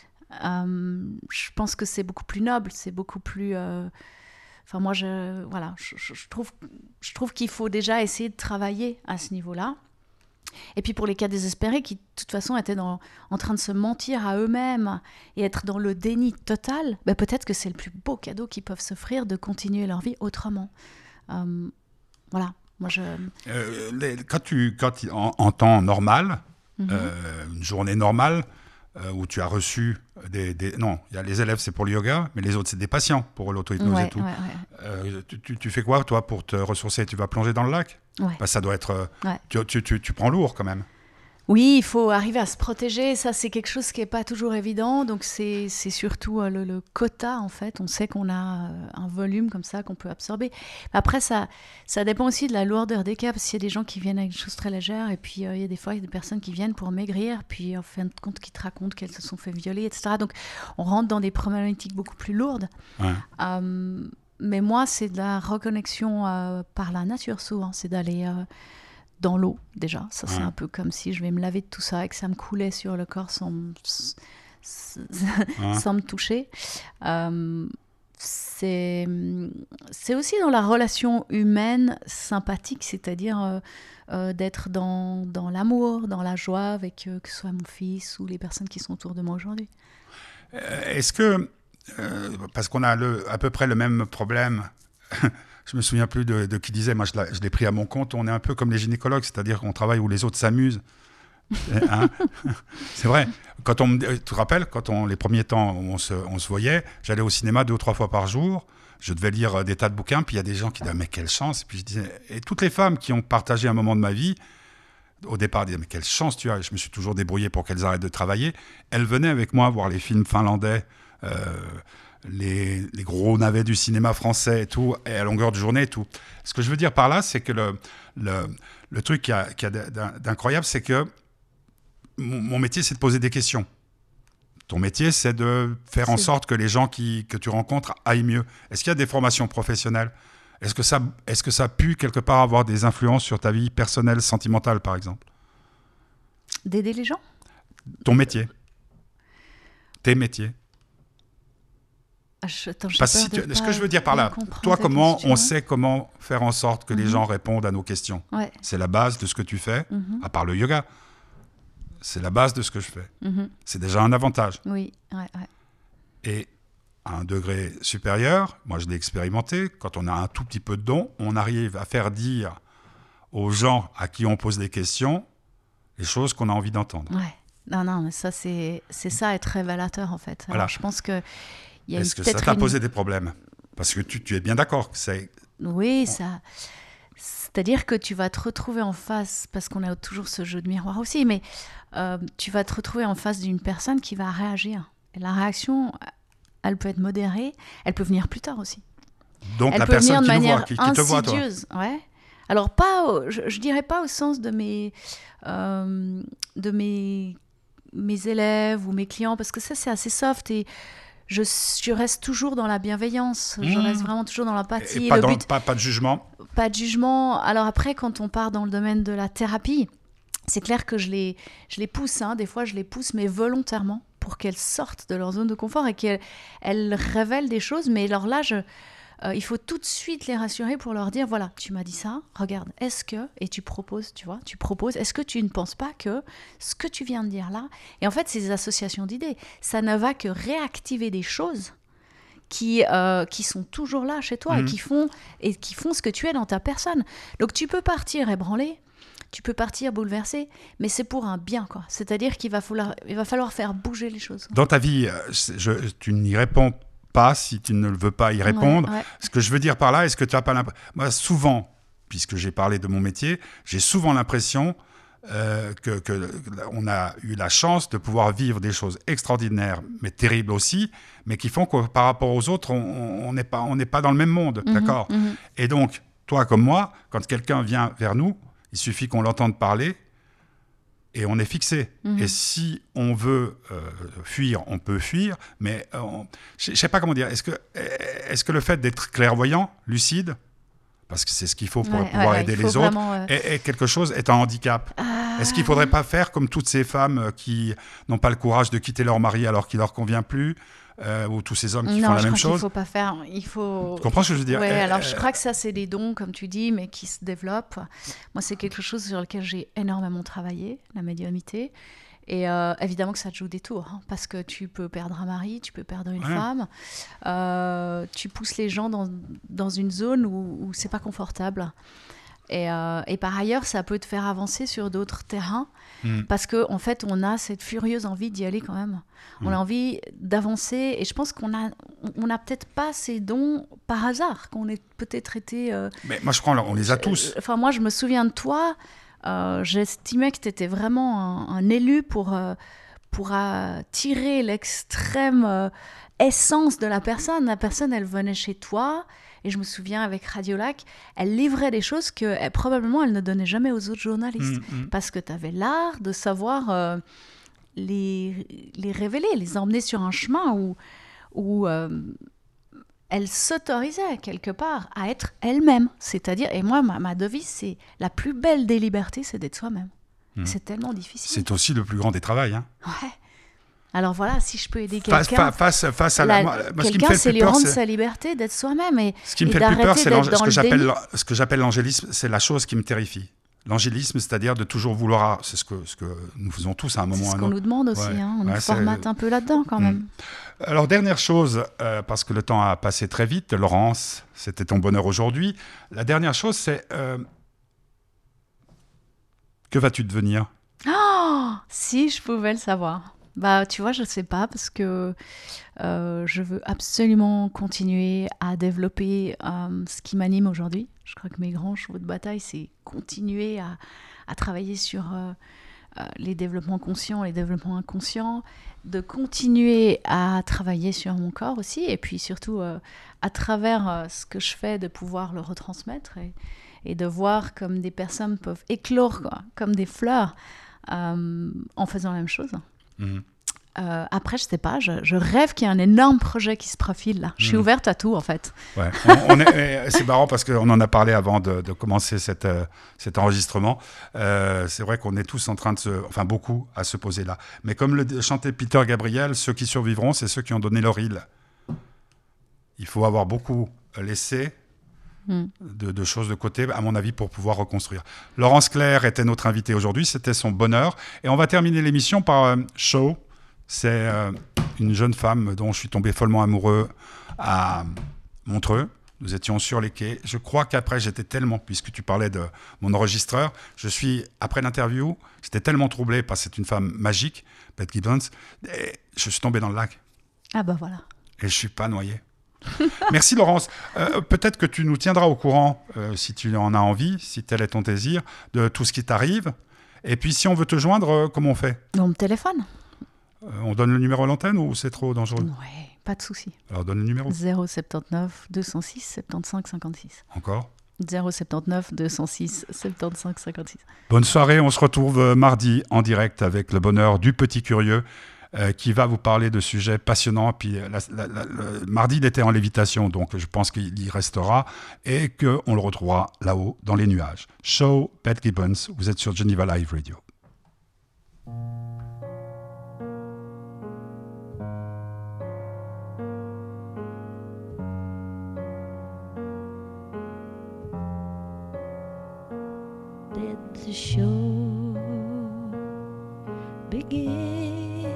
Euh, je pense que c'est beaucoup plus noble, c'est beaucoup plus... Euh... Enfin, moi, je, voilà, je, je, je, trouve, je trouve qu'il faut déjà essayer de travailler à ce niveau-là. Et puis pour les cas désespérés qui, de toute façon, étaient dans, en train de se mentir à eux-mêmes et être dans le déni total, ben peut-être que c'est le plus beau cadeau qu'ils peuvent s'offrir, de continuer leur vie autrement. Euh, voilà, moi je... Euh, les, quand tu, quand, en, en temps normal... Mmh. Euh, une journée normale euh, où tu as reçu des, des... Non, y a les élèves, c'est pour le yoga, mais les autres, c'est des patients pour l'auto-hypnose ouais, et tout. Ouais, ouais. Euh, tu, tu, tu fais quoi, toi, pour te ressourcer ? Tu vas plonger dans le lac ? Ouais. Bah, ça doit être... Ouais. Tu, tu, tu, tu prends lourd, quand même. Oui, il faut arriver à se protéger. Ça, c'est quelque chose qui n'est pas toujours évident. Donc, c'est, c'est surtout euh, le, le quota, en fait. On sait qu'on a euh, un volume comme ça qu'on peut absorber. Mais après, ça, ça dépend aussi de la lourdeur des cas. Parce qu'il y a des gens qui viennent avec des choses très légères. Et puis, euh, il y a des fois, il y a des personnes qui viennent pour maigrir. Puis, en fin de compte, qui te racontent qu'elles se sont fait violer, et cetera. Donc, on rentre dans des problématiques beaucoup plus lourdes. Ouais. Euh, mais moi, c'est de la reconnexion euh, par la nature, souvent. C'est d'aller... Euh, dans l'eau, déjà. Ça, c'est ouais. un peu comme si je vais me laver de tout ça et que ça me coulait sur le corps sans, sans, ouais. sans me toucher. Euh, c'est, c'est aussi dans la relation humaine sympathique, c'est-à-dire euh, euh, d'être dans, dans l'amour, dans la joie avec euh, que ce soit mon fils ou les personnes qui sont autour de moi aujourd'hui. Euh, est-ce que euh, parce qu'on a le, à peu près le même problème. Je me souviens plus de, de qui disait, moi je, je l'ai pris à mon compte, on est un peu comme les gynécologues, c'est-à-dire qu'on travaille où les autres s'amusent. Hein. C'est vrai. Quand on, tu te rappelles, quand on, les premiers temps on se, on se voyait, j'allais au cinéma deux ou trois fois par jour, je devais lire des tas de bouquins, puis il y a des gens qui disaient mais quelle chance, et puis je disais, et toutes les femmes qui ont partagé un moment de ma vie, au départ disaient mais quelle chance tu as, et je me suis toujours débrouillé pour qu'elles arrêtent de travailler, elles venaient avec moi voir les films finlandais, euh, les, les gros navets du cinéma français et tout, et à longueur de journée et tout. Ce que je veux dire par là, c'est que le, le, le truc qu'il y a, qu'il y a d'incroyable, c'est que mon, mon métier, c'est de poser des questions. Ton métier, c'est de faire en sorte que les gens qui, que tu rencontres aillent mieux. Est-ce qu'il y a des formations professionnelles ? Est-ce que ça, est-ce que ça a pu quelque part avoir des influences sur ta vie personnelle, sentimentale, par exemple ? D'aider les gens ? Ton métier. Tes métiers. Ah, je, attends, Parce si tu, ce que je veux dire par là, toi, comment question. On sait comment faire en sorte que mm-hmm. les gens répondent à nos questions ? Ouais. C'est la base de ce que tu fais, mm-hmm. à part le yoga. C'est la base de ce que je fais. Mm-hmm. C'est déjà un avantage. Oui, ouais, ouais. Et à un degré supérieur, moi je l'ai expérimenté, quand on a un tout petit peu de don, on arrive à faire dire aux gens à qui on pose des questions les choses qu'on a envie d'entendre. Ouais. Non, non, mais ça, c'est, c'est ça être révélateur, en fait. Alors, voilà. Je pense que il y a Est-ce que ça t'a une... posé des problèmes ? Parce que tu, tu es bien d'accord que c'est... Oui, ça... C'est-à-dire que tu vas te retrouver en face, parce qu'on a toujours ce jeu de miroir aussi, mais euh, tu vas te retrouver en face d'une personne qui va réagir. Et la réaction, elle peut être modérée, elle peut venir plus tard aussi. Donc elle la peut personne venir de qui manière nous voit, qui, qui te voit, toi. Ouais. Alors, pas au, je, je dirais pas au sens de mes, euh, de mes, mes élèves ou mes clients, parce que ça, c'est assez soft et Je, je reste toujours dans la bienveillance, mmh. je reste vraiment toujours dans l'empathie. Et pas, le dans, but, pas, pas de jugement Pas de jugement. Alors après, quand on part dans le domaine de la thérapie, c'est clair que je les, je les pousse, hein. Des fois je les pousse, mais volontairement, pour qu'elles sortent de leur zone de confort et qu'elles elles révèlent des choses. Mais alors là, je, euh, il faut tout de suite les rassurer pour leur dire, voilà, tu m'as dit ça, regarde, est-ce que, et tu proposes, tu vois, tu proposes, est-ce que tu ne penses pas que ce que tu viens de dire là, et en fait, c'est des associations d'idées, ça ne va que réactiver des choses qui, euh, qui sont toujours là chez toi, mmh. et, qui font, et qui font ce que tu es dans ta personne. Donc tu peux partir ébranlé, tu peux partir bouleversé, mais c'est pour un bien, quoi. C'est-à-dire qu'il va falloir, il va falloir faire bouger les choses. Dans ta vie, je, tu n'y réponds pas si tu ne veux pas y répondre. Ouais, ouais. Ce que je veux dire par là, est-ce que tu n'as pas l'impression... Moi, souvent, puisque j'ai parlé de mon métier, j'ai souvent l'impression euh, que, que on a eu la chance de pouvoir vivre des choses extraordinaires, mais terribles aussi, mais qui font que par rapport aux autres, on n'est pas, on n'est pas dans le même monde, mmh, d'accord mmh. Et donc, toi comme moi, quand quelqu'un vient vers nous, il suffit qu'on l'entende parler et on est fixé. Mmh. Et si on veut euh, fuir, on peut fuir, mais euh, je ne sais pas comment dire. Est-ce que, est-ce que le fait d'être clairvoyant, lucide, parce que c'est ce qu'il faut pour ouais, pouvoir ouais, aider les autres, vraiment, euh... est, est quelque chose, est un handicap euh... Est-ce qu'il ne faudrait pas faire comme toutes ces femmes qui n'ont pas le courage de quitter leur mari alors qu'il ne leur convient plus, Euh, ou tous ces hommes qui non, font la même chose. Non, je crois qu'il ne faut pas faire. Il faut... Tu comprends ce que je veux dire ? Oui, euh, alors euh... je crois que ça, c'est des dons, comme tu dis, mais qui se développent. Moi, c'est quelque chose sur lequel j'ai énormément travaillé, la médiumnité. Et euh, évidemment que ça te joue des tours, hein, parce que tu peux perdre un mari, tu peux perdre une ouais. femme. Euh, tu pousses les gens dans, dans une zone où, où ce n'est pas confortable. Et, euh, et par ailleurs, ça peut te faire avancer sur d'autres terrains, mmh. parce qu'en en fait, on a cette furieuse envie d'y aller quand même. Mmh. On a envie d'avancer, et je pense qu'on a, on n'a peut-être pas ces dons par hasard, qu'on est peut-être été... Euh, Mais moi, je crois qu'on les a tous. Euh, enfin, moi, je me souviens de toi, euh, j'estimais que tu étais vraiment un, un élu pour, euh, pour euh, tirer l'extrême euh, essence de la personne. La personne, elle venait chez toi... Et je me souviens, avec Radiolac, elle livrait des choses que elle, probablement elle ne donnait jamais aux autres journalistes. Mmh, mmh. Parce que tu avais l'art de savoir euh, les, les révéler, les emmener sur un chemin où, où euh, elle s'autorisait quelque part à être elle-même. C'est-à-dire, et moi, ma, ma devise, c'est la plus belle des libertés, c'est d'être soi-même. Mmh. C'est tellement difficile. C'est aussi le plus grand des travails. Hein. Ouais. Alors voilà, si je peux aider quelqu'un, face, face, face à la, la, moi, moi, quelqu'un, ce qui me fait c'est le lui plus peur, rendre c'est... sa liberté d'être soi-même et ce qui me et fait le plus peur, c'est d'être ce que le j'appelle, ce que j'appelle l'angélisme, c'est la chose qui me terrifie. l'angélisme, c'est-à-dire de toujours vouloir... C'est ce que, ce que nous faisons tous à un moment ou à un autre. C'est ce qu'on nous demande aussi, ouais. hein, on ouais, nous formate c'est... un peu là-dedans quand même. Alors, dernière chose, euh, parce que le temps a passé très vite, Laurence, c'était ton bonheur aujourd'hui. La dernière chose, c'est... Euh, que vas-tu devenir ? Oh, si je pouvais le savoir. Bah, tu vois, je ne sais pas parce que euh, je veux absolument continuer à développer euh, ce qui m'anime aujourd'hui. Je crois que mes grands chevaux de bataille, c'est continuer à, à travailler sur euh, euh, les développements conscients, les développements inconscients, de continuer à travailler sur mon corps aussi, et puis surtout euh, à travers euh, ce que je fais, de pouvoir le retransmettre et, et de voir comme des personnes peuvent éclore quoi, comme des fleurs euh, en faisant la même chose. Mmh. Euh, après, je sais pas, je, je rêve qu'il y ait un énorme projet qui se profile là. Je suis mmh. ouverte à tout en fait. Ouais. On, on est, c'est marrant parce qu'on en a parlé avant de, de commencer cette, euh, cet enregistrement. Euh, c'est vrai qu'on est tous en train de se, enfin beaucoup, à se poser là. Mais comme le chantait Peter Gabriel, ceux qui survivront, c'est ceux qui ont donné leur île. Il faut avoir beaucoup laissé mmh. de, de choses de côté, à mon avis, pour pouvoir reconstruire. Laurence Clerc était notre invitée aujourd'hui, c'était son bonheur. Et on va terminer l'émission par euh, Show. C'est euh, une jeune femme dont je suis tombé follement amoureux à Montreux. Nous étions sur les quais. Je crois qu'après, j'étais tellement, puisque tu parlais de mon enregistreur, je suis, après l'interview, j'étais tellement troublé parce que c'est une femme magique, Beth Gibbons, et je suis tombé dans le lac. Ah bah voilà. Et je ne suis pas noyé. Merci Laurence. Euh, peut-être que tu nous tiendras au courant, euh, si tu en as envie, si tel est ton désir, de tout ce qui t'arrive. Et puis, si on veut te joindre, euh, comment on fait ? On me téléphone. Euh, on donne le numéro à l'antenne ou c'est trop dangereux ? Ouais, pas de souci. Alors donne le numéro. zéro soixante-dix-neuf deux cent six soixante-quinze cinquante-six. Encore ? zéro soixante-dix-neuf deux cent six soixante-quinze cinquante-six. Bonne soirée, on se retrouve euh, mardi en direct avec le bonheur du petit curieux euh, qui va vous parler de sujets passionnants. Puis la, la, la, le, mardi, il était en lévitation, donc je pense qu'il y restera et qu'on le retrouvera là-haut dans les nuages. Show, Beth Gibbons, vous êtes sur Geneva Live Radio. The show begin.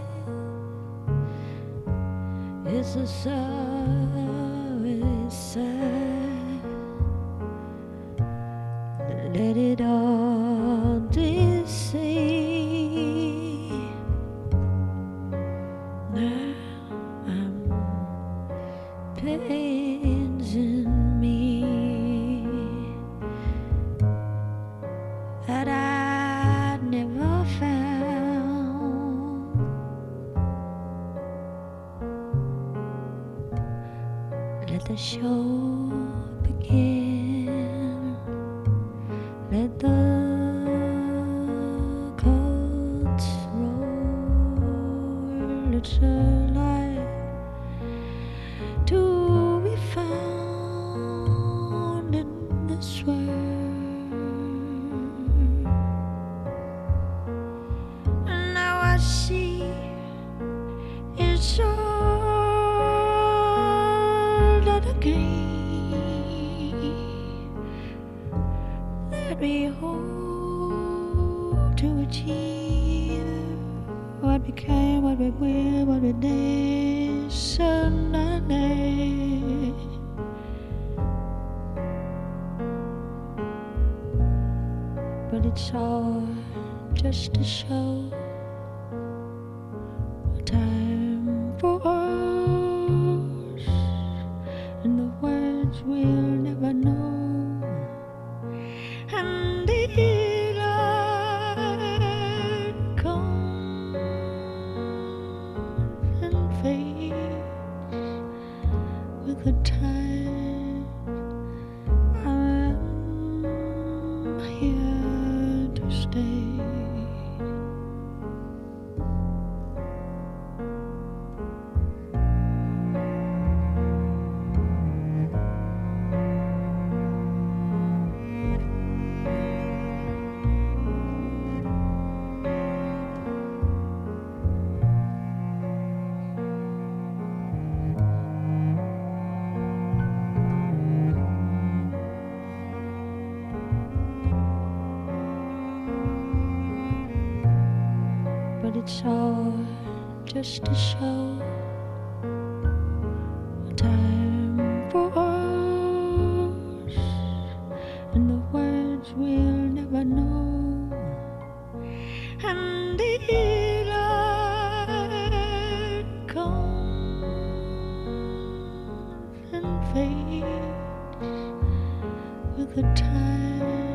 It's a sorry sight. Let it all deceive. Now I'm pains in me that I never found. Let the show begin. Let the coats roll. It's a light to be found in this world. And now I see it's all that I gain. Let me hope to achieve what became, what we will, what we did suddenly. But it's all just a show, a time for us, and the words we'll never know. And the light comes and fades with the tide. I'm here to stay. It's all just to show a time for us and the words we'll never know. And the light comes and fades with the time.